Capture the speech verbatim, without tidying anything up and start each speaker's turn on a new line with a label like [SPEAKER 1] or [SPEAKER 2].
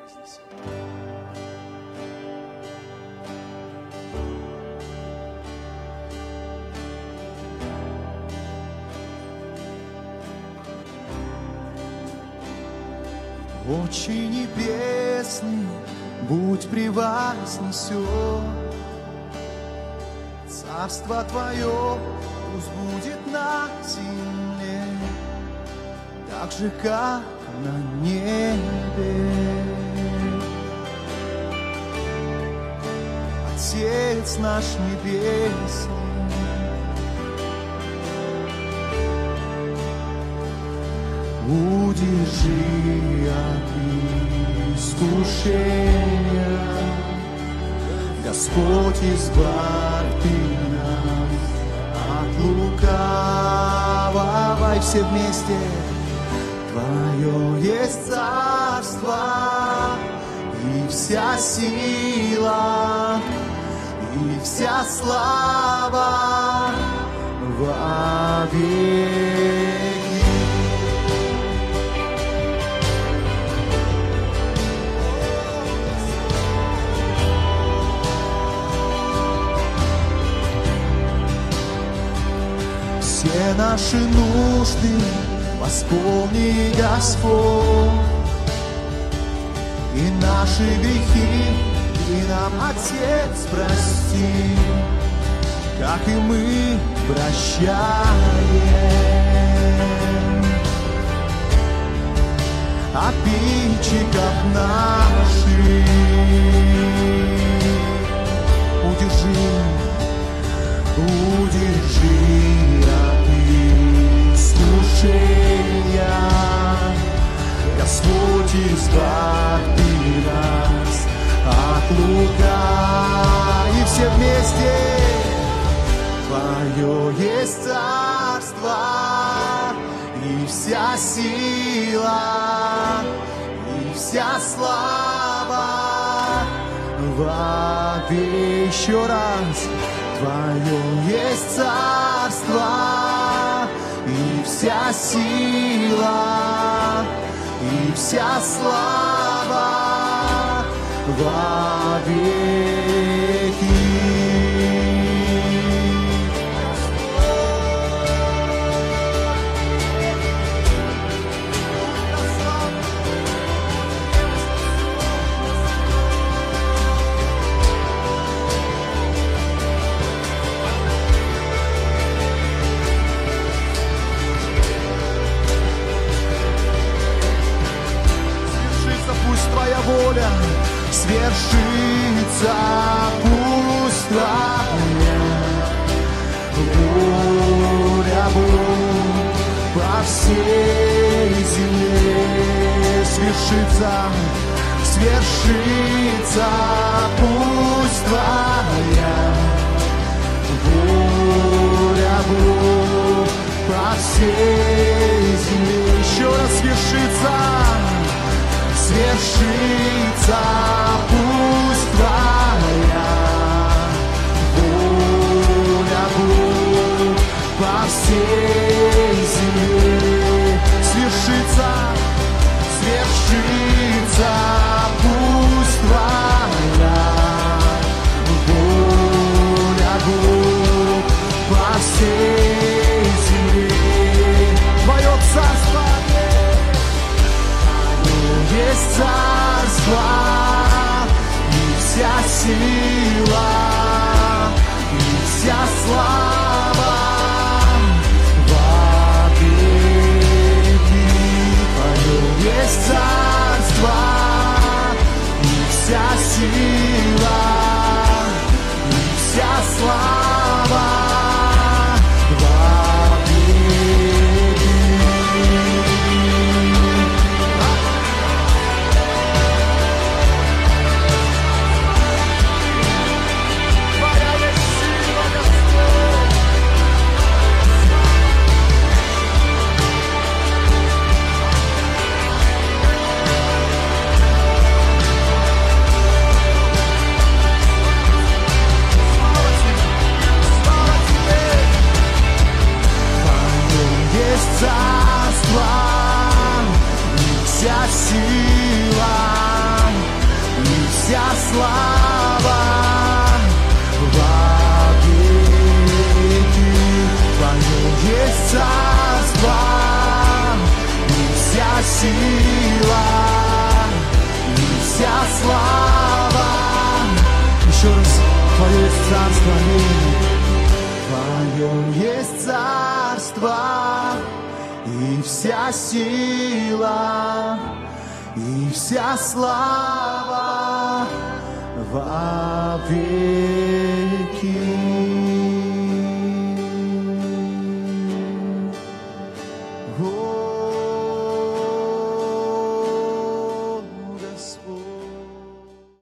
[SPEAKER 1] Отче небесный, будь превознесен, Царство Твое пусть будет на земле, так же, как на небе. Отец наш небесный, удержи от искушения, Господь, избавь Ты нас от лукавого. И все вместе. Твое есть царство, и вся сила, и вся слава во веки. Все наши нужды восполни, Господь, и наши грехи и нам, Отец, прости, как и мы прощаем обидчиков наших. Удержи, удержи от искушения, Господь, избавь Ты нас от лука. И все вместе. Твое есть царство, и вся сила, и вся слава во веки. Еще раз. Твое есть царство, и вся сила, и вся слава во веки. Твоя воля свершится, пусть Твоя воля будет по всей земле. Свершится, свершится, пусть Твоя воля будет по всей земле. Еще раз свершится. Свершится, пусть Твоя воля будет по всей земле. Свершится, свершится, пусть Твоя воля будет по всей земле. Твое царство есть царство, и вся сила, и вся слава во веки. Твое есть царство, и вся сила, и вся слава во веки. Твоя есть сила, Господь. царство, Твое есть царство, и вся сила, и вся слава во веки.